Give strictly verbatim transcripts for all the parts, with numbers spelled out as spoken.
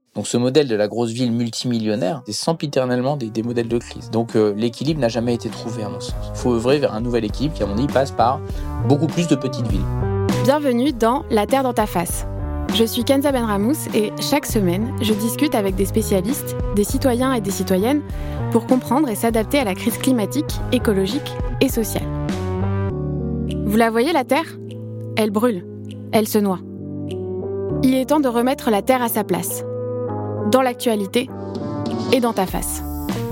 Donc ce modèle de la grosse ville multimillionnaire, c'est sempiternellement des, des modèles de crise. Donc euh, l'équilibre n'a jamais été trouvé à mon sens. Il faut œuvrer vers un nouvel équilibre qui à mon avis passe par beaucoup plus de petites villes. Bienvenue dans La Terre dans ta face. Je suis Kenza Benramous et chaque semaine, je discute avec des spécialistes, des citoyens et des citoyennes pour comprendre et s'adapter à la crise climatique, écologique et sociale. Vous la voyez, la Terre ? Elle brûle, elle se noie. Il est temps de remettre la Terre à sa place, dans l'actualité et dans ta face.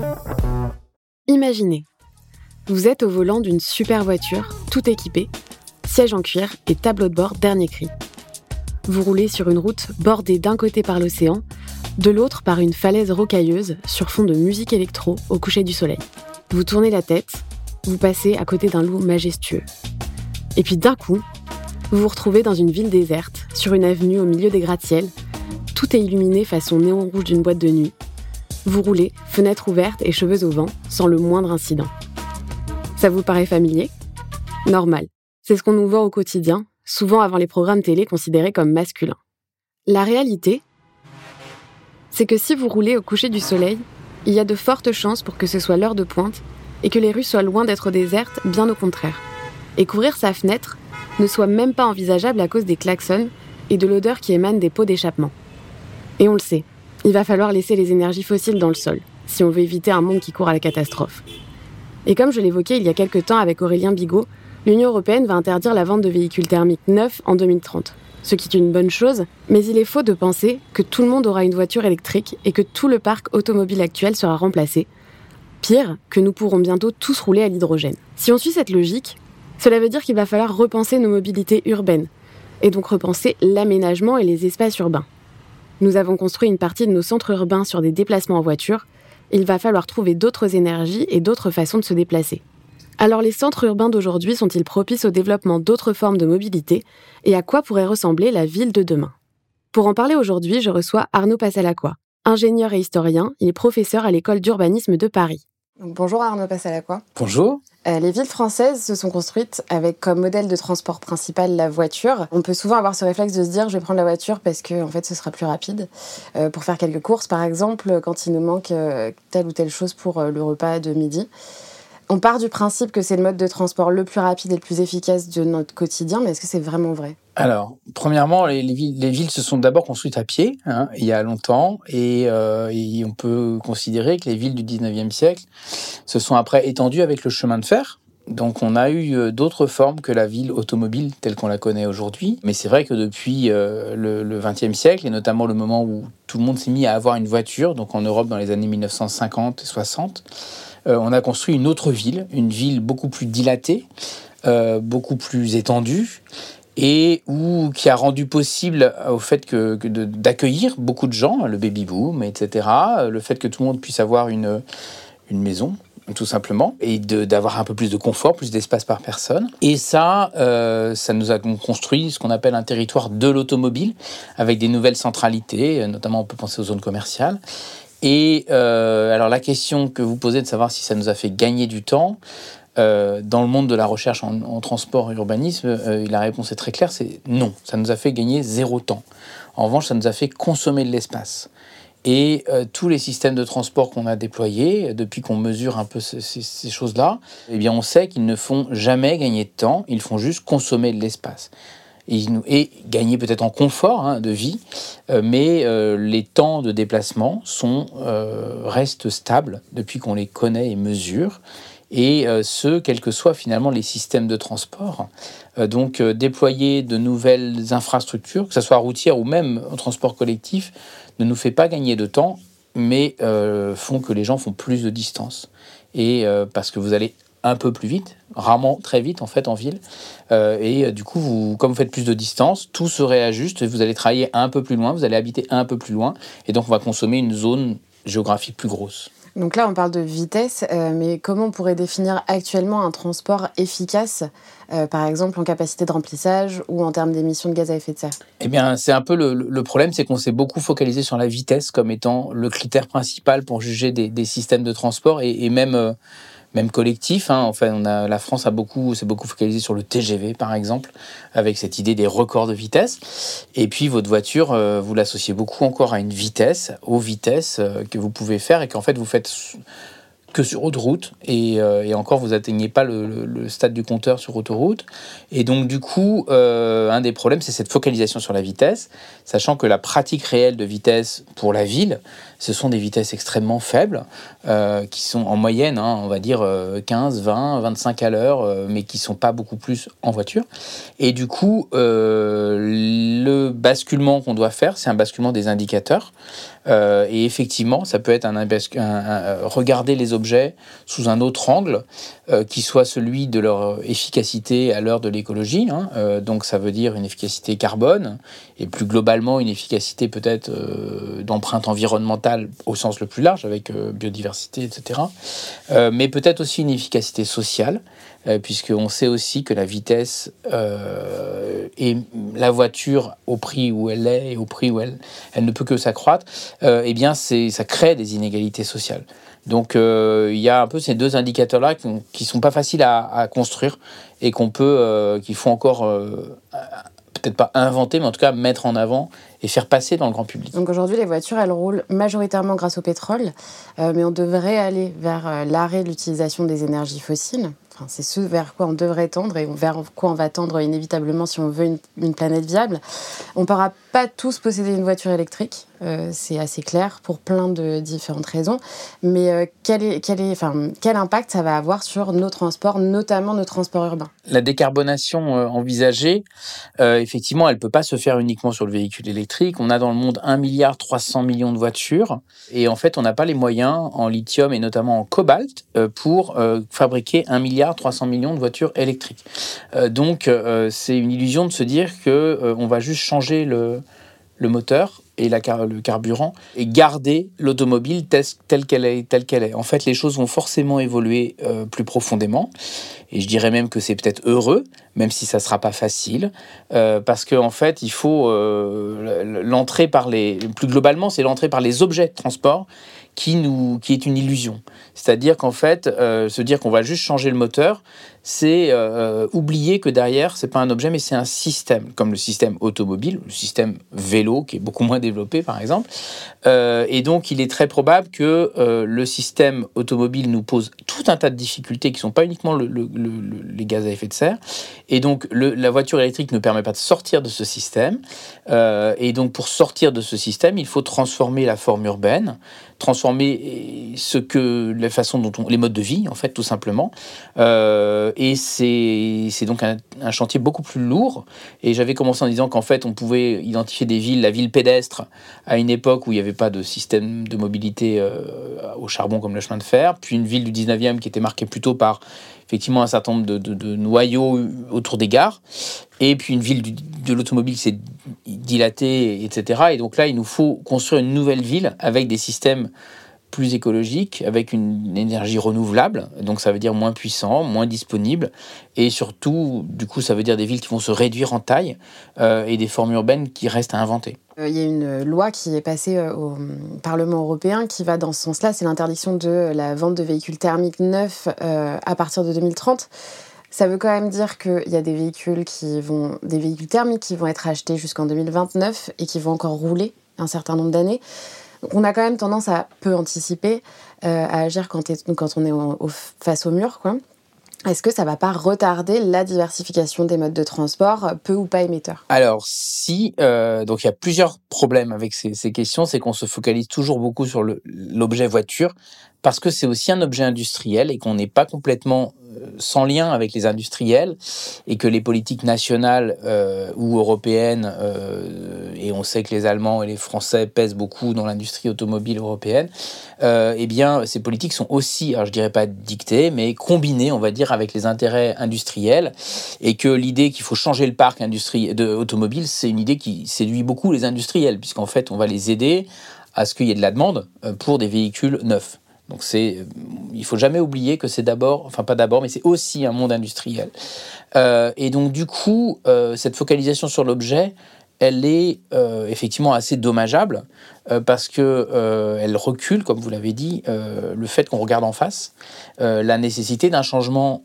Imaginez, vous êtes au volant d'une super voiture, tout équipée, siège en cuir et tableau de bord dernier cri. Vous roulez sur une route bordée d'un côté par l'océan, de l'autre par une falaise rocailleuse sur fond de musique électro au coucher du soleil. Vous tournez la tête, vous passez à côté d'un loup majestueux. Et puis d'un coup, vous vous retrouvez dans une ville déserte, sur une avenue au milieu des gratte-ciels. Tout est illuminé façon néon rouge d'une boîte de nuit. Vous roulez, fenêtre ouverte et cheveux au vent, sans le moindre incident. Ça vous paraît familier ? Normal. C'est ce qu'on nous vend au quotidien, souvent avant les programmes télé considérés comme masculins. La réalité, c'est que si vous roulez au coucher du soleil, il y a de fortes chances pour que ce soit l'heure de pointe et que les rues soient loin d'être désertes, bien au contraire. Et qu'ouvrir sa fenêtre ne soit même pas envisageable à cause des klaxons et de l'odeur qui émane des pots d'échappement. Et on le sait, il va falloir laisser les énergies fossiles dans le sol, si on veut éviter un monde qui court à la catastrophe. Et comme je l'évoquais il y a quelques temps avec Aurélien Bigot, l'Union européenne va interdire la vente de véhicules thermiques neufs en deux mille trente. Ce qui est une bonne chose, mais il est faux de penser que tout le monde aura une voiture électrique et que tout le parc automobile actuel sera remplacé. Pire, que nous pourrons bientôt tous rouler à l'hydrogène. Si on suit cette logique, cela veut dire qu'il va falloir repenser nos mobilités urbaines, et donc repenser l'aménagement et les espaces urbains. Nous avons construit une partie de nos centres urbains sur des déplacements en voiture, et il va falloir trouver d'autres énergies et d'autres façons de se déplacer. Alors les centres urbains d'aujourd'hui sont-ils propices au développement d'autres formes de mobilité et à quoi pourrait ressembler la ville de demain ? Pour en parler aujourd'hui, je reçois Arnaud Passalacqua. Ingénieur et historien, il est professeur à l'école d'urbanisme de Paris. Donc, bonjour Arnaud Passalacqua. Bonjour. Euh, les villes françaises se sont construites avec comme modèle de transport principal la voiture. On peut souvent avoir ce réflexe de se dire je vais prendre la voiture parce que en fait ce sera plus rapide euh, pour faire quelques courses par exemple quand il nous manque euh, telle ou telle chose pour euh, le repas de midi. On part du principe que c'est le mode de transport le plus rapide et le plus efficace de notre quotidien, mais est-ce que c'est vraiment vrai ? Alors, premièrement, les, les, villes, les villes se sont d'abord construites à pied, hein, il y a longtemps, et, euh, et on peut considérer que les villes du dix-neuvième siècle se sont après étendues avec le chemin de fer. Donc on a eu d'autres formes que la ville automobile telle qu'on la connaît aujourd'hui. Mais c'est vrai que depuis euh, le, le vingtième siècle, et notamment le moment où tout le monde s'est mis à avoir une voiture, donc en Europe dans les années mille neuf cent cinquante et soixante, euh, on a construit une autre ville, une ville beaucoup plus dilatée, euh, beaucoup plus étendue, et où, qui a rendu possible au fait que, que de, d'accueillir beaucoup de gens, le baby-boom, et cetera, le fait que tout le monde puisse avoir une, une maison, tout simplement, et de, d'avoir un peu plus de confort, plus d'espace par personne. Et ça, euh, ça nous a construit ce qu'on appelle un territoire de l'automobile, avec des nouvelles centralités, notamment on peut penser aux zones commerciales. Et euh, alors la question que vous posez de savoir si ça nous a fait gagner du temps, euh, dans le monde de la recherche en, en transport et urbanisme, euh, la réponse est très claire, c'est non. Ça nous a fait gagner zéro temps. En revanche, ça nous a fait consommer de l'espace. Et euh, tous les systèmes de transport qu'on a déployés, depuis qu'on mesure un peu ces, ces, ces choses-là, eh bien on sait qu'ils ne font jamais gagner de temps, ils font juste consommer de l'espace. Et, et gagner peut-être en confort hein, de vie, euh, mais euh, les temps de déplacement sont, euh, restent stables depuis qu'on les connaît et mesure, et euh, ce, quels que soient finalement les systèmes de transport. Euh, donc euh, déployer de nouvelles infrastructures, que ce soit routière ou même en transport collectif, ne nous fait pas gagner de temps, mais euh, font que les gens font plus de distance. Et euh, parce que vous allez un peu plus vite, rarement très vite en fait en ville, euh, et euh, du coup, vous, comme vous faites plus de distance, tout se réajuste, et vous allez travailler un peu plus loin, vous allez habiter un peu plus loin, et donc on va consommer une zone géographique plus grosse. Donc là, on parle de vitesse, euh, mais comment on pourrait définir actuellement un transport efficace, euh, par exemple en capacité de remplissage ou en termes d'émissions de gaz à effet de serre ? Eh bien, c'est un peu le, le problème, c'est qu'on s'est beaucoup focalisé sur la vitesse comme étant le critère principal pour juger des, des systèmes de transport et, et même, euh, même collectif. Hein. Enfin, on a, la France a beaucoup, s'est beaucoup focalisée sur le T G V, par exemple, avec cette idée des records de vitesse. Et puis, votre voiture, euh, vous l'associez beaucoup encore à une vitesse, aux vitesses euh, que vous pouvez faire et qu'en fait, vous faites que sur autoroute. Et, euh, et encore, vous n'atteignez pas le, le, le stade du compteur sur autoroute. Et donc, du coup, euh, un des problèmes, c'est cette focalisation sur la vitesse, sachant que la pratique réelle de vitesse pour la ville, ce sont des vitesses extrêmement faibles, euh, qui sont en moyenne, hein, on va dire euh, quinze, vingt, vingt-cinq à l'heure, euh, mais qui ne sont pas beaucoup plus en voiture. Et du coup, euh, le basculement qu'on doit faire, c'est un basculement des indicateurs. Euh, et effectivement, ça peut être un, un, un, un, regarder les objets sous un autre angle, euh, qui soit celui de leur efficacité à l'heure de l'écologie. Hein. Euh, donc ça veut dire une efficacité carbone, et plus globalement une efficacité peut-être euh, d'empreinte environnementale au sens le plus large, avec euh, biodiversité, et cetera. Euh, mais peut-être aussi une efficacité sociale, euh, puisqu'on sait aussi que la vitesse euh, et la voiture, au prix où elle est et au prix où elle, elle ne peut que s'accroître, euh, eh bien c'est, ça crée des inégalités sociales. Donc euh, il y a un peu ces deux indicateurs-là qui ne sont pas faciles à, à construire et qu'on peut, euh, qu'il faut encore euh, peut-être pas inventer, mais en tout cas mettre en avant et faire passer dans le grand public. Donc aujourd'hui, les voitures, elles roulent majoritairement grâce au pétrole, euh, mais on devrait aller vers euh, l'arrêt de l'utilisation des énergies fossiles. Enfin, c'est ce vers quoi on devrait tendre et vers quoi on va tendre inévitablement si on veut une, une planète viable. On ne pourra pas tous posséder une voiture électrique, euh, c'est assez clair, pour plein de différentes raisons. Mais euh, quel, est, quel, est, enfin, quel impact ça va avoir sur nos transports, notamment nos transports urbains ? La décarbonation euh, envisagée, euh, effectivement, elle ne peut pas se faire uniquement sur le véhicule électrique. On a dans le monde un milliard trois cents millions de voitures. Et en fait, on n'a pas les moyens en lithium et notamment en cobalt euh, pour euh, fabriquer un milliard trois cents millions de voitures électriques. Euh, donc, euh, c'est une illusion de se dire qu'on euh, va juste changer le, le moteur et la, le carburant et garder l'automobile telle, telle, qu'elle est, telle qu'elle est. En fait, les choses vont forcément évoluer euh, plus profondément. Et je dirais même que c'est peut-être heureux, même si ça ne sera pas facile, euh, parce qu'en en fait, il faut euh, l'entrée par les... Plus globalement, c'est l'entrée par les objets de transport qui, nous, qui est une illusion. C'est-à-dire qu'en fait, euh, se dire qu'on va juste changer le moteur, c'est euh, oublier que derrière, ce n'est pas un objet, mais c'est un système, comme le système automobile, le système vélo, qui est beaucoup moins développé, par exemple. Euh, et donc, il est très probable que euh, le système automobile nous pose tout un tas de difficultés qui ne sont pas uniquement le, le, le, les gaz à effet de serre. Et donc, le, la voiture électrique ne permet pas de sortir de ce système. Euh, et donc, pour sortir de ce système, il faut transformer la forme urbaine, transformer ce que, la façon dont on, les modes de vie, en fait, tout simplement. Euh, et c'est, c'est donc un, un chantier beaucoup plus lourd. Et j'avais commencé en disant qu'en fait, on pouvait identifier des villes, la ville pédestre, à une époque où il n'y avait pas de système de mobilité euh, au charbon comme le chemin de fer, puis une ville du dix-neuvième qui était marquée plutôt par effectivement un certain nombre de, de, de noyaux autour des gares, et puis une ville du, de l'automobile qui s'est dilatée, et cetera. Et donc là, il nous faut construire une nouvelle ville avec des systèmes plus écologique, avec une énergie renouvelable, donc ça veut dire moins puissant, moins disponible, et surtout, du coup, ça veut dire des villes qui vont se réduire en taille euh, et des formes urbaines qui restent à inventer. Il y a une loi qui est passée au Parlement européen qui va dans ce sens-là, c'est l'interdiction de la vente de véhicules thermiques neufs euh, à partir de deux mille trente. Ça veut quand même dire qu'il y a des véhicules, qui vont, des véhicules thermiques qui vont être achetés jusqu'en deux mille vingt-neuf et qui vont encore rouler un certain nombre d'années. Donc on a quand même tendance à peu anticiper, euh, à agir quand, quand on est au, au, face au mur, quoi. Est-ce que ça ne va pas retarder la diversification des modes de transport, peu ou pas émetteurs ? Alors, si. Euh, donc, il y a plusieurs problèmes avec ces, ces questions. C'est qu'on se focalise toujours beaucoup sur le, l'objet voiture, parce que c'est aussi un objet industriel et qu'on n'est pas complètement sans lien avec les industriels, et que les politiques nationales euh, ou européennes, euh, et on sait que les Allemands et les Français pèsent beaucoup dans l'industrie automobile européenne, euh, eh bien, ces politiques sont aussi, alors je dirais pas dictées, mais combinées, on va dire, avec les intérêts industriels, et que l'idée qu'il faut changer le parc industrie, de, automobile, c'est une idée qui séduit beaucoup les industriels, puisqu'en fait, on va les aider à ce qu'il y ait de la demande pour des véhicules neufs. Donc c'est, il faut jamais oublier que c'est d'abord, enfin pas d'abord, mais c'est aussi un monde industriel. Euh, et donc du coup, euh, cette focalisation sur l'objet, elle est euh, effectivement assez dommageable euh, parce que euh, elle recule, comme vous l'avez dit, euh, le fait qu'on regarde en face, euh, la nécessité d'un changement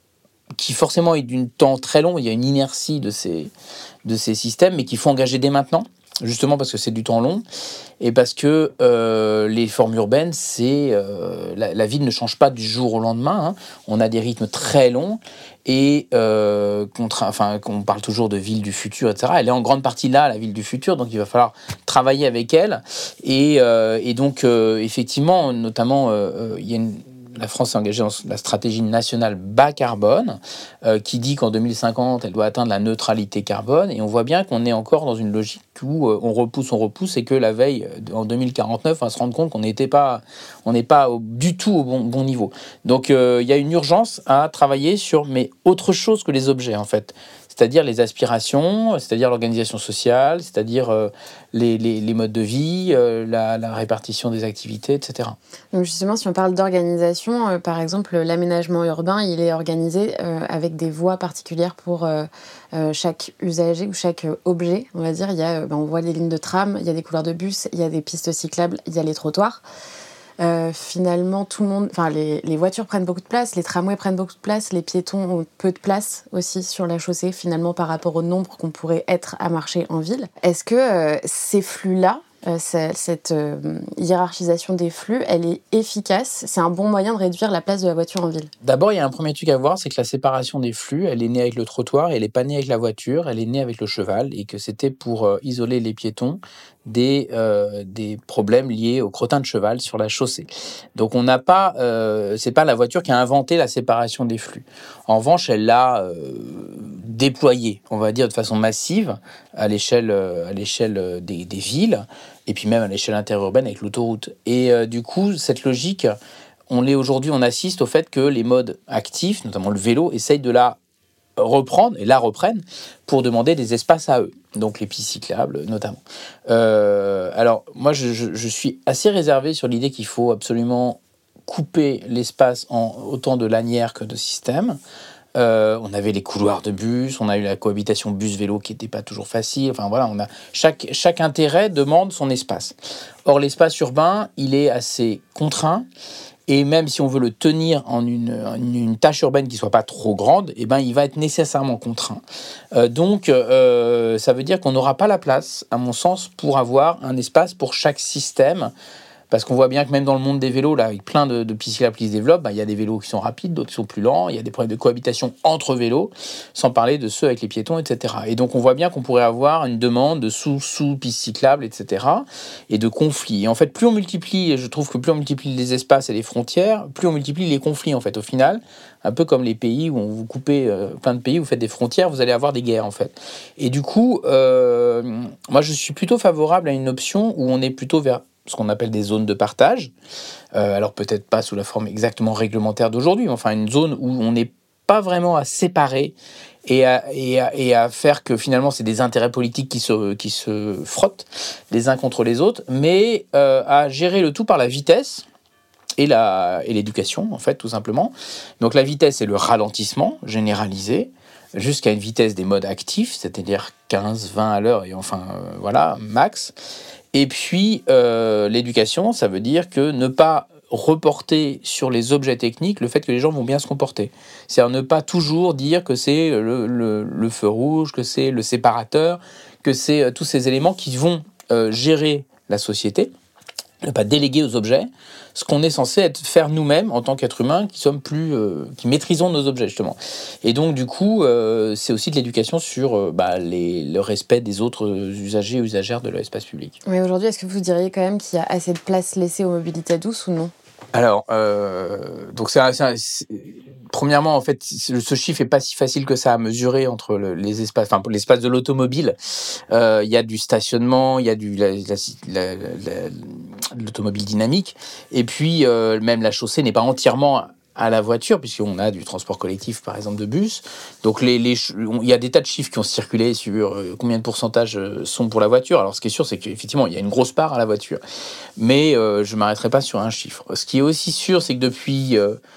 qui forcément est d'un temps très long. Il y a une inertie de ces, de ces systèmes, mais qu'il faut engager dès maintenant, justement parce que c'est du temps long et parce que euh, les formes urbaines, c'est euh, la, la ville ne change pas du jour au lendemain. Hein. On a des rythmes très longs et euh, qu'on, tra- enfin, qu'on parle toujours de ville du futur, et cetera. Elle est en grande partie là, la ville du futur, donc il va falloir travailler avec elle. Et, euh, et donc, euh, effectivement, notamment, euh, il y a une la France s'est engagée dans la stratégie nationale bas carbone, euh, qui dit qu'en deux mille cinquante, elle doit atteindre la neutralité carbone. Et on voit bien qu'on est encore dans une logique où euh, on repousse, on repousse, et que la veille, en deux mille quarante-neuf, on va se rendre compte qu'on n'était pas, on n'est pas au, du tout au bon, bon niveau. Donc euh, il y a une urgence à travailler sur mais autre chose que les objets, en fait. C'est-à-dire les aspirations, c'est-à-dire l'organisation sociale, c'est-à-dire euh, les, les, les modes de vie, euh, la, la répartition des activités, et cetera. Donc justement, si on parle d'organisation, euh, par exemple, l'aménagement urbain, il est organisé euh, avec des voies particulières pour euh, euh, chaque usager ou chaque euh, objet, on va dire. Il y a, euh, ben, on voit les lignes de tram, il y a des couloirs de bus, il y a des pistes cyclables, il y a les trottoirs. Euh, finalement, tout le monde, enfin, les, les voitures prennent beaucoup de place, les tramways prennent beaucoup de place, les piétons ont peu de place aussi sur la chaussée, finalement, par rapport au nombre qu'on pourrait être à marcher en ville. Est-ce que euh, ces flux-là, euh, cette euh, hiérarchisation des flux, elle est efficace? C'est un bon moyen de réduire la place de la voiture en ville? D'abord, il y a un premier truc à voir, c'est que la séparation des flux, elle est née avec le trottoir, et elle n'est pas née avec la voiture, elle est née avec le cheval, et que c'était pour euh, isoler les piétons des, euh, des problèmes liés au crottin de cheval sur la chaussée. Donc on n'a pas, euh, c'est pas la voiture qui a inventé la séparation des flux. En revanche, elle l'a euh, déployée, on va dire de façon massive à l'échelle, euh, à l'échelle des, des villes, et puis même à l'échelle interurbaine avec l'autoroute. Et euh, du coup, cette logique, on l'est aujourd'hui, on assiste au fait que les modes actifs, notamment le vélo, essayent de la reprendre et la reprennent pour demander des espaces à eux, donc les pistes cyclables notamment. Euh, alors moi je, je, je suis assez réservé sur l'idée qu'il faut absolument couper l'espace en autant de lanières que de systèmes. Euh, on avait les couloirs de bus, on a eu la cohabitation bus-vélo qui n'était pas toujours facile. Enfin voilà, on a chaque, chaque intérêt demande son espace. Or l'espace urbain, il est assez contraint. Et même si on veut le tenir en une, une, une tâche urbaine qui ne soit pas trop grande, eh ben, il va être nécessairement contraint. Euh, donc, euh, ça veut dire qu'on n'aura pas la place, à mon sens, pour avoir un espace pour chaque système. Parce qu'on voit bien que même dans le monde des vélos, là, avec plein de, de pistes cyclables qui se développent, bah, il y a des vélos qui sont rapides, d'autres qui sont plus lents, il y a des problèmes de cohabitation entre vélos, sans parler de ceux avec les piétons, et cetera. Et donc on voit bien qu'on pourrait avoir une demande de sous-sous-pistes cyclables, et cetera, et de conflits. Et en fait, plus on multiplie, et je trouve que plus on multiplie les espaces et les frontières, plus on multiplie les conflits, en fait, au final. Un peu comme les pays où on vous coupez euh, plein de pays, vous faites des frontières, vous allez avoir des guerres, en fait. Et du coup, euh, moi, je suis plutôt favorable à une option où on est plutôt vers ce qu'on appelle des zones de partage. Euh, alors peut-être pas sous la forme exactement réglementaire d'aujourd'hui, mais enfin une zone où on n'est pas vraiment à séparer et à, et, à, et à faire que finalement c'est des intérêts politiques qui se, qui se frottent les uns contre les autres, mais euh, à gérer le tout par la vitesse et, la, et l'éducation, en fait, tout simplement. Donc la vitesse, c'est le ralentissement généralisé, jusqu'à une vitesse des modes actifs, c'est-à-dire quinze, vingt à l'heure, et enfin, euh, voilà, max. Et puis, euh, l'éducation, ça veut dire que ne pas reporter sur les objets techniques le fait que les gens vont bien se comporter. C'est-à-dire ne pas toujours dire que c'est le, le, le feu rouge, que c'est le séparateur, que c'est euh, tous ces éléments qui vont euh, gérer la société. Ne pas déléguer aux objets ce qu'on est censé être, faire nous-mêmes en tant qu'êtres humains qui sommes plus, euh, qui maîtrisons nos objets justement. Et donc du coup, euh, c'est aussi de l'éducation sur euh, bah, les, le respect des autres usagers et usagères de l'espace public. Mais aujourd'hui, est-ce que vous diriez quand même qu'il y a assez de place laissée aux mobilités douces ou non ? Alors, euh, donc c'est, un, c'est, un, c'est premièrement en fait, ce chiffre est pas si facile que ça à mesurer entre le, les espaces, enfin pour l'espace de l'automobile, il euh, y a du stationnement, il y a du la, la, la, la, l'automobile dynamique, et puis euh, même la chaussée n'est pas entièrement à la voiture, puisqu'on a du transport collectif, par exemple, de bus. Donc, les, les, il y a des tas de chiffres qui ont circulé sur combien de pourcentages sont pour la voiture. Alors, ce qui est sûr, c'est qu'effectivement, il y a une grosse part à la voiture. Mais euh, je ne m'arrêterai pas sur un chiffre. Ce qui est aussi sûr, c'est que depuis euh,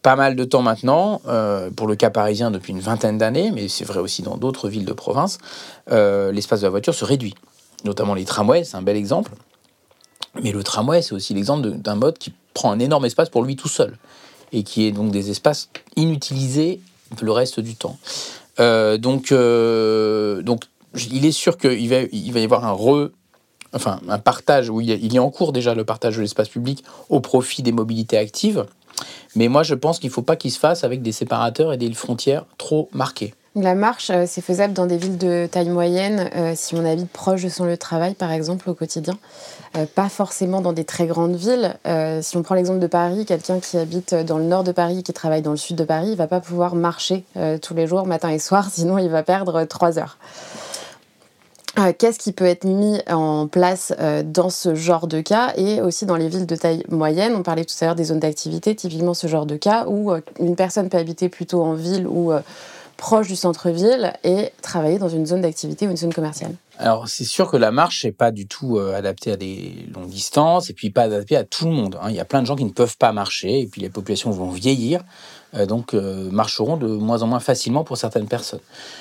pas mal de temps maintenant, euh, pour le cas parisien depuis une vingtaine d'années, mais c'est vrai aussi dans d'autres villes de province, euh, l'espace de la voiture se réduit. Notamment les tramways, c'est un bel exemple. Mais le tramway, c'est aussi l'exemple de, d'un mode qui prend un énorme espace pour lui tout seul, et qui est donc des espaces inutilisés le reste du temps. Euh, donc, euh, donc, il est sûr qu'il va, il va y avoir un re... Enfin, un partage, où il y, a, il y a en cours déjà le partage de l'espace public au profit des mobilités actives. Mais moi, je pense qu'il ne faut pas qu'il se fasse avec des séparateurs et des frontières trop marquées. La marche, euh, c'est faisable dans des villes de taille moyenne, euh, si on habite proche de son lieu de travail, par exemple, au quotidien. Euh, pas forcément dans des très grandes villes. Euh, si on prend l'exemple de Paris, quelqu'un qui habite dans le nord de Paris, qui travaille dans le sud de Paris, il ne va pas pouvoir marcher euh, tous les jours, matin et soir, sinon il va perdre trois heures. Euh, qu'est-ce qui peut être mis en place euh, dans ce genre de cas et aussi dans les villes de taille moyenne? On parlait tout à l'heure des zones d'activité, typiquement ce genre de cas où euh, une personne peut habiter plutôt en ville ou euh, proche du centre-ville et travailler dans une zone d'activité ou une zone commerciale. Alors, c'est sûr que la marche n'est pas du tout euh, adaptée à des longues distances et puis pas adaptée à tout le monde. Hein. Il y a plein de gens qui ne peuvent pas marcher et puis les populations vont vieillir, euh, donc euh, marcheront de moins en moins facilement pour certaines personnes.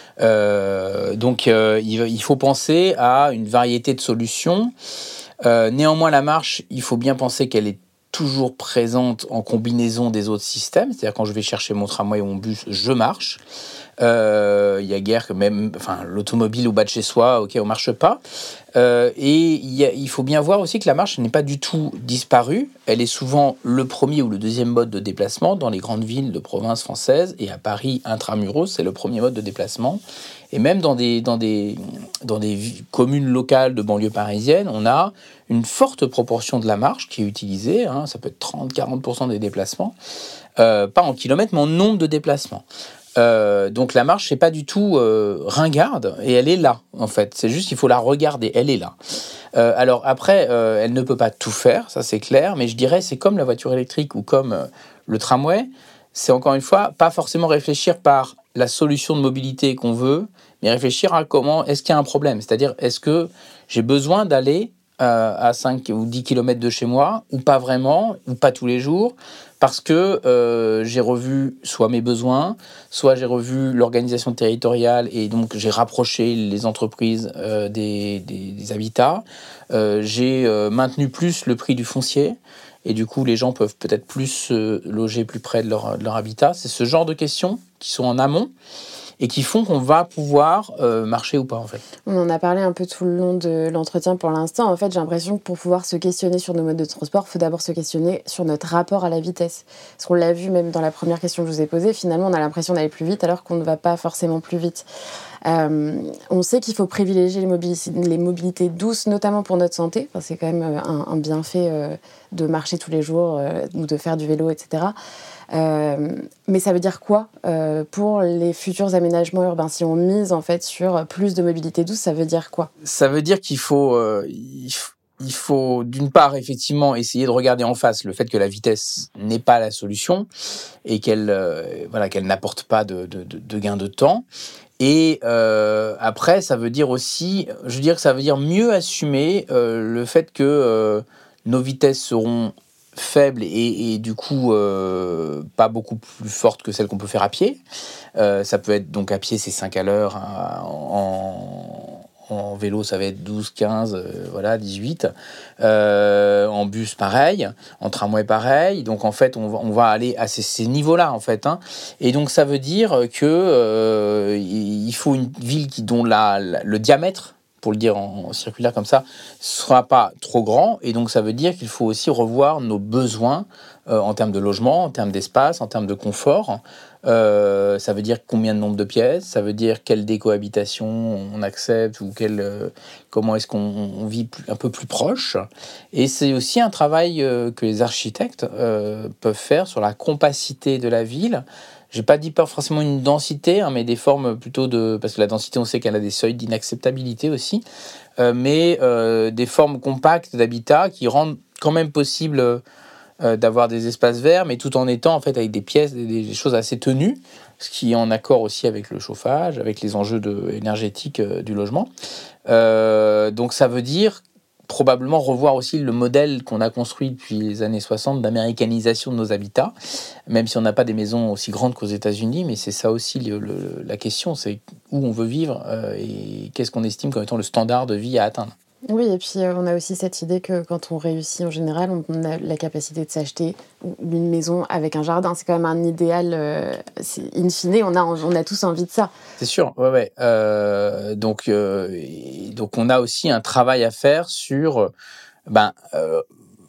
Euh, donc, euh, il, il faut penser à une variété de solutions. Euh, néanmoins, la marche, il faut bien penser qu'elle est toujours présente en combinaison des autres systèmes. C'est-à-dire, quand je vais chercher mon tramway ou mon bus, je marche. Il euh, y a guère que même enfin, l'automobile au bas de chez soi, ok, on ne marche pas. Euh, et y a, il faut bien voir aussi que la marche n'est pas du tout disparue. Elle est souvent le premier ou le deuxième mode de déplacement dans les grandes villes de province françaises. Et à Paris, intramuros, c'est le premier mode de déplacement. Et même dans des, dans des, dans des communes locales de banlieue parisienne, on a une forte proportion de la marche qui est utilisée. Hein, ça peut être trente à quarante pour cent des déplacements. Euh, pas en kilomètres, mais en nombre de déplacements. Euh, donc la marche, c'est pas du tout euh, ringarde, et elle est là, en fait. C'est juste qu'il faut la regarder, elle est là. Euh, alors après, euh, elle ne peut pas tout faire, ça c'est clair, mais je dirais c'est comme la voiture électrique ou comme euh, le tramway, c'est encore une fois pas forcément réfléchir par la solution de mobilité qu'on veut, mais réfléchir à comment, est-ce qu'il y a un problème? C'est-à-dire, est-ce que j'ai besoin d'aller euh, à cinq ou dix kilomètres de chez moi, ou pas vraiment, ou pas tous les jours, parce que euh, j'ai revu soit mes besoins, soit j'ai revu l'organisation territoriale et donc j'ai rapproché les entreprises euh, des, des, des habitats. Euh, j'ai euh, maintenu plus le prix du foncier et du coup les gens peuvent peut-être plus se loger plus près de leur, de leur habitat. C'est ce genre de questions qui sont en amont et qui font qu'on va pouvoir euh, marcher ou pas, en fait. On en a parlé un peu tout le long de l'entretien pour l'instant. En fait, j'ai l'impression que pour pouvoir se questionner sur nos modes de transport, il faut d'abord se questionner sur notre rapport à la vitesse. Parce qu'on l'a vu même dans la première question que je vous ai posée, finalement, on a l'impression d'aller plus vite alors qu'on ne va pas forcément plus vite. Euh, on sait qu'il faut privilégier les, mobilités, les mobilités douces, notamment pour notre santé. Enfin, c'est quand même un, un bienfait euh, de marcher tous les jours euh, ou de faire du vélo, et cetera. Euh, mais ça veut dire quoi euh, pour les futurs aménagements urbains? Si on mise en fait sur plus de mobilité douce, ça veut dire quoi? Ça veut dire qu'il faut, euh, il faut, il faut d'une part effectivement essayer de regarder en face le fait que la vitesse n'est pas la solution et qu'elle, euh, voilà, qu'elle n'apporte pas de, de, de gain de temps. Et euh, après, ça veut dire aussi, je veux dire que ça veut dire mieux assumer euh, le fait que euh, nos vitesses seront faible et, et du coup euh, pas beaucoup plus forte que celle qu'on peut faire à pied. Euh, ça peut être donc à pied c'est cinq à l'heure, hein, en, en vélo ça va être douze, quinze, euh, voilà, dix-huit. Euh, en bus pareil, en tramway pareil. Donc en fait on va, on va aller à ces, ces niveaux-là en fait. Hein. Et donc ça veut dire que euh, il faut une ville qui dont la, la, le diamètre, pour le dire en circulaire comme ça, ne sera pas trop grand. Et donc, ça veut dire qu'il faut aussi revoir nos besoins euh, en termes de logement, en termes d'espace, en termes de confort. Euh, ça veut dire combien de nombre de pièces, ça veut dire quelle décohabitation on accepte ou quelle, euh, comment est-ce qu'on on vit plus, un peu plus proche. Et c'est aussi un travail euh, que les architectes euh, peuvent faire sur la compacité de la ville. J'ai pas dit pas forcément une densité, hein, mais des formes plutôt de... Parce que la densité, on sait qu'elle a des seuils d'inacceptabilité aussi. Euh, mais euh, des formes compactes d'habitat qui rendent quand même possible euh, d'avoir des espaces verts, mais tout en étant en fait avec des pièces, des, des choses assez tenues, ce qui est en accord aussi avec le chauffage, avec les enjeux de, énergétiques euh, du logement. Euh, donc ça veut dire probablement revoir aussi le modèle qu'on a construit depuis les années soixante d'américanisation de nos habitats, même si on n'a pas des maisons aussi grandes qu'aux États-Unis, mais c'est ça aussi le, le, la question, c'est où on veut vivre euh, et qu'est-ce qu'on estime comme étant le standard de vie à atteindre. Oui, et puis euh, on a aussi cette idée que quand on réussit en général, on a la capacité de s'acheter une maison avec un jardin. C'est quand même un idéal, euh, c'est, in fine, on a, on a tous envie de ça. C'est sûr, ouais, ouais. Euh, donc, euh, donc on a aussi un travail à faire sur ben, euh,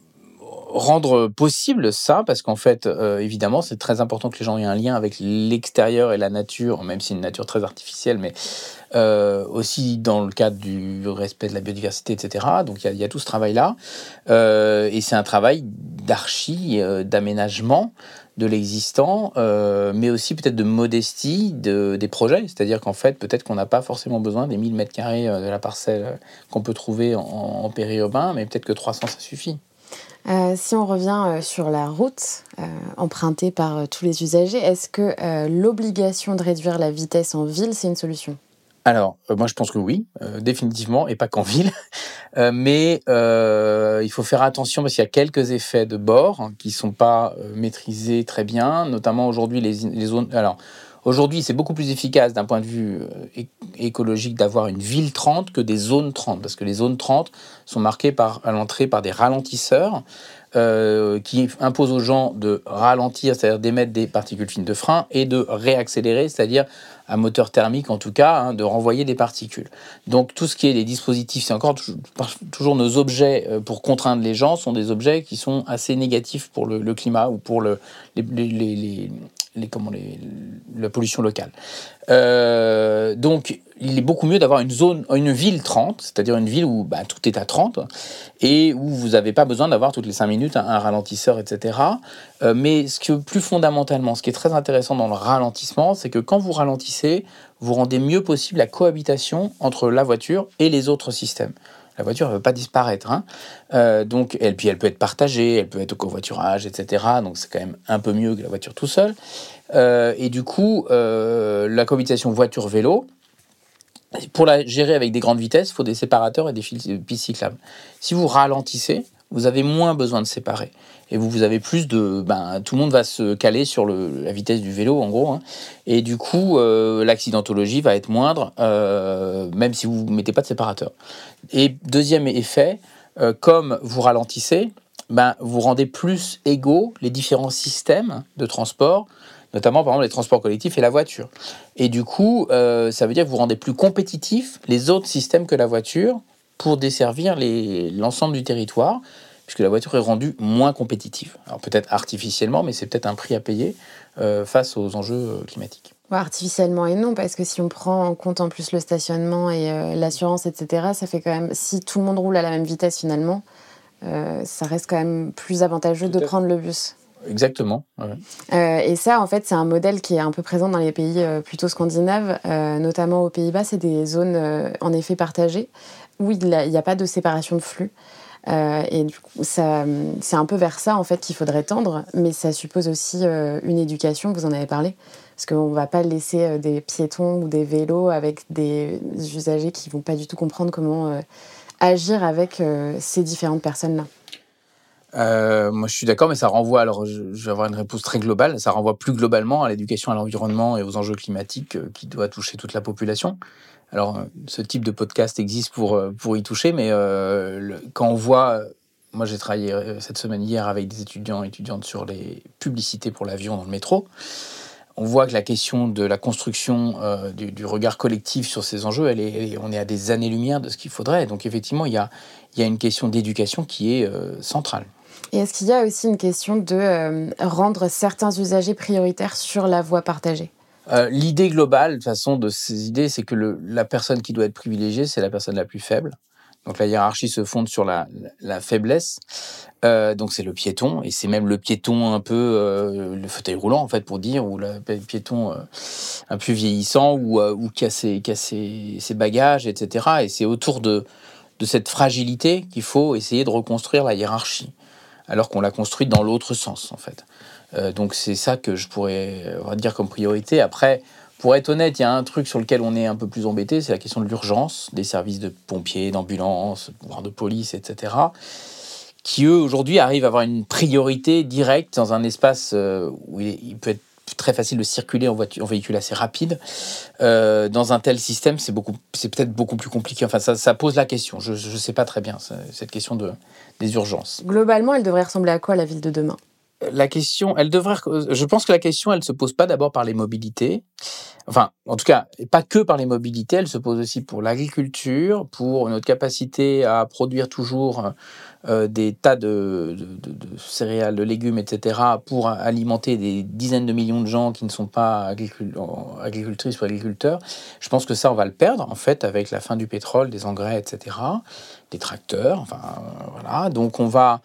rendre possible ça, parce qu'en fait, euh, évidemment, c'est très important que les gens aient un lien avec l'extérieur et la nature, même si c'est une nature très artificielle, mais euh, aussi dans le cadre du respect de la biodiversité, et cetera. Donc, il y, y a tout ce travail-là. Euh, et c'est un travail d'archi, euh, d'aménagement de l'existant, euh, mais aussi peut-être de modestie de, des projets. C'est-à-dire qu'en fait, peut-être qu'on n'a pas forcément besoin des mille mètres carrés de la parcelle qu'on peut trouver en, en périurbain, mais peut-être que trois cents, ça suffit. Euh, si on revient euh, sur la route euh, empruntée par euh, tous les usagers, est-ce que euh, l'obligation de réduire la vitesse en ville, c'est une solution ? Alors, euh, moi je pense que oui, euh, définitivement, et pas qu'en ville. Euh, mais euh, il faut faire attention parce qu'il y a quelques effets de bord hein, qui ne sont pas euh, maîtrisés très bien, notamment aujourd'hui les, les zones... Alors, aujourd'hui, c'est beaucoup plus efficace d'un point de vue euh, écologique d'avoir une ville trente que des zones trente, parce que les zones trente sont marquées par, à l'entrée par des ralentisseurs euh, qui imposent aux gens de ralentir, c'est-à-dire d'émettre des particules fines de frein, et de réaccélérer, c'est-à-dire à moteur thermique en tout cas, hein, de renvoyer des particules. Donc tout ce qui est des dispositifs, c'est encore toujours nos objets pour contraindre les gens, sont des objets qui sont assez négatifs pour le, le climat ou pour le, les, les, les, les, comment, les, la pollution locale. Euh, donc il est beaucoup mieux d'avoir une zone, une ville trente, c'est-à-dire une ville où bah, tout est à trente et où vous n'avez pas besoin d'avoir toutes les cinq minutes un, un ralentisseur, et cetera. Euh, mais ce que plus fondamentalement, ce qui est très intéressant dans le ralentissement, c'est que quand vous ralentissez, vous rendez mieux possible la cohabitation entre la voiture et les autres systèmes. La voiture ne veut pas disparaître. Hein. Euh, donc, et puis elle peut être partagée, elle peut être au covoiturage, et cetera. Donc c'est quand même un peu mieux que la voiture tout seul. Euh, et du coup, euh, la cohabitation voiture-vélo, pour la gérer avec des grandes vitesses, il faut des séparateurs et des pistes cyclables. Si vous ralentissez, vous avez moins besoin de séparer. Et vous, vous avez plus de... Ben, tout le monde va se caler sur le, la vitesse du vélo, en gros. Hein. Et du coup, euh, l'accidentologie va être moindre, euh, même si vous ne mettez pas de séparateur. Et deuxième effet, euh, comme vous ralentissez, ben, vous rendez plus égaux les différents systèmes de transport, notamment par exemple les transports collectifs et la voiture. Et du coup, euh, ça veut dire que vous rendez plus compétitifs les autres systèmes que la voiture pour desservir les, l'ensemble du territoire, puisque la voiture est rendue moins compétitive. Alors peut-être artificiellement, mais c'est peut-être un prix à payer euh, face aux enjeux climatiques. Ouais, artificiellement et non, parce que si on prend en compte en plus le stationnement et euh, l'assurance, et cetera, ça fait quand même, si tout le monde roule à la même vitesse finalement, euh, ça reste quand même plus avantageux Tout de prendre le bus. Exactement. Ouais. Euh, et ça, en fait, c'est un modèle qui est un peu présent dans les pays euh, plutôt scandinaves, euh, notamment aux Pays-Bas. C'est des zones, euh, en effet, partagées, où il n'y a, a pas de séparation de flux. Euh, et du coup, ça, c'est un peu vers ça, en fait, qu'il faudrait tendre. Mais ça suppose aussi euh, une éducation, vous en avez parlé. Parce qu'on ne va pas laisser euh, des piétons ou des vélos avec des usagers qui ne vont pas du tout comprendre comment euh, agir avec euh, ces différentes personnes-là. Euh, moi, je suis d'accord, mais ça renvoie, alors je, je vais avoir une réponse très globale, ça renvoie plus globalement à l'éducation à l'environnement et aux enjeux climatiques euh, qui doit toucher toute la population. Alors, euh, ce type de podcast existe pour, euh, pour y toucher, mais euh, le, quand on voit... Moi, j'ai travaillé euh, cette semaine hier avec des étudiants et étudiantes sur les publicités pour l'avion dans le métro. On voit que la question de la construction euh, du, du regard collectif sur ces enjeux, elle est, elle est, on est à des années-lumière de ce qu'il faudrait. Donc, effectivement, il y a, il y a une question d'éducation qui est euh, centrale. Et est-ce qu'il y a aussi une question de euh, rendre certains usagers prioritaires sur la voie partagée ? euh, L'idée globale, de toute façon, de ces idées, c'est que le, la personne qui doit être privilégiée, c'est la personne la plus faible. Donc la hiérarchie se fonde sur la, la, la faiblesse. Euh, donc c'est le piéton, et c'est même le piéton un peu, euh, le fauteuil roulant, en fait, pour dire, ou le piéton euh, un peu vieillissant, ou, euh, ou qui a, ses, qui a ses, ses bagages, et cetera. Et c'est autour de, de cette fragilité qu'il faut essayer de reconstruire la hiérarchie, alors qu'on l'a construite dans l'autre sens, en fait. Euh, donc c'est ça que je pourrais dire comme priorité. Après, Pour être honnête, il y a un truc sur lequel on est un peu plus embêté, c'est la question de l'urgence, des services de pompiers, d'ambulance, voire de police, et cetera, qui, eux, aujourd'hui, arrivent à avoir une priorité directe dans un espace où il peut être très facile de circuler en, voiture, en véhicule assez rapide. Euh, dans un tel système, c'est, beaucoup, c'est peut-être beaucoup plus compliqué. Enfin, ça, ça pose la question. Je ne sais pas très bien, cette question de, des urgences. Globalement, elle devrait ressembler à quoi, la ville de demain ? La question, elle devrait. Je pense que la question, elle se pose pas d'abord par les mobilités. Enfin, en tout cas, pas que par les mobilités. Elle se pose aussi pour l'agriculture, pour notre capacité à produire toujours euh, des tas de, de, de, de céréales, de légumes, et cetera, pour alimenter des dizaines de millions de gens qui ne sont pas agricul- agricultrices ou agriculteurs. Je pense que ça, on va le perdre en fait avec la fin du pétrole, des engrais, et cetera, des tracteurs. Enfin, voilà. Donc, on va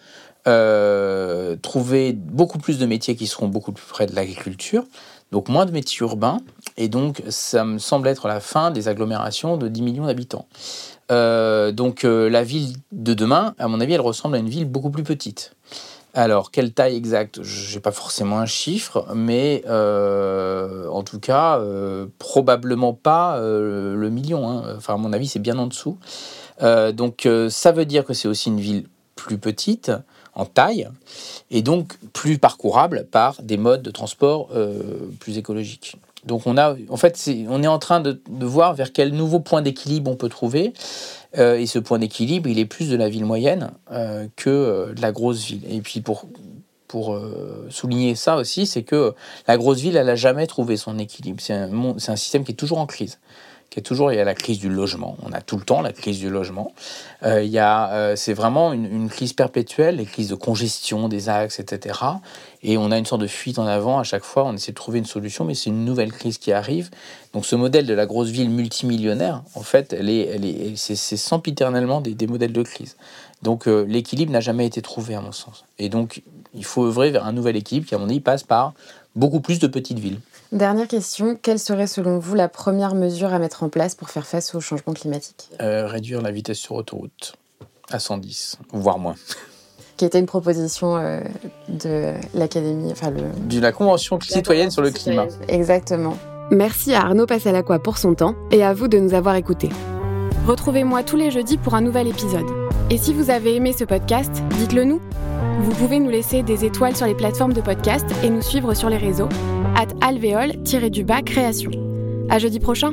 Euh, trouver beaucoup plus de métiers qui seront beaucoup plus près de l'agriculture, donc moins de métiers urbains, et donc ça me semble être la fin des agglomérations de dix millions d'habitants. Euh, donc euh, la ville de demain, à mon avis, elle ressemble à une ville beaucoup plus petite. Alors, quelle taille exacte ? Je n'ai pas forcément un chiffre, mais euh, en tout cas, euh, probablement pas euh, le million. Hein. Enfin, à mon avis, c'est bien en dessous. Euh, donc, euh, ça veut dire que c'est aussi une ville plus petite, en taille, et donc plus parcourable par des modes de transport euh, plus écologiques. Donc on a, en fait, c'est, on est en train de, de voir vers quel nouveau point d'équilibre on peut trouver, euh, et ce point d'équilibre, il est plus de la ville moyenne euh, que euh, de la grosse ville. Et puis pour pour euh, souligner ça aussi, c'est que la grosse ville, elle n'a jamais trouvé son équilibre. C'est un, c'est un système qui est toujours en crise. Qui est toujours, il y a la crise du logement. On a tout le temps la crise du logement. Euh, il y a, euh, c'est vraiment une, une crise perpétuelle, les crises de congestion des axes, et cetera. Et on a une sorte de fuite en avant à chaque fois. On essaie de trouver une solution, mais c'est une nouvelle crise qui arrive. Donc ce modèle de la grosse ville multimillionnaire, en fait, elle est, elle est, c'est, c'est sempiternellement des, des modèles de crise. Donc euh, l'équilibre n'a jamais été trouvé, à mon sens. Et donc il faut œuvrer vers un nouvel équilibre qui, à mon avis, passe par beaucoup plus de petites villes. Dernière question, quelle serait selon vous la première mesure à mettre en place pour faire face au changement climatique ? euh, Réduire la vitesse sur autoroute à cent dix, voire moins. Qui était une proposition euh, de l'Académie, enfin le... de la Convention citoyenne sur le climat. Exactement. Merci à Arnaud Passalacqua pour son temps et à vous de nous avoir écoutés. Retrouvez-moi tous les jeudis pour un nouvel épisode. Et si vous avez aimé ce podcast, dites-le nous. Vous pouvez nous laisser des étoiles sur les plateformes de podcast et nous suivre sur les réseaux at alvéole-du-bas création. À jeudi prochain.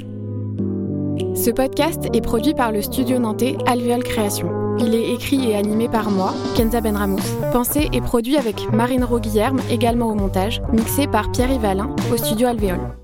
Ce podcast est produit par le studio nantais Alvéole Création. Il est écrit et animé par moi, Kenza Benramous. Pensé et produit avec Marine Roguillerme, également au montage, mixé par Pierre Yvalin au studio Alvéole.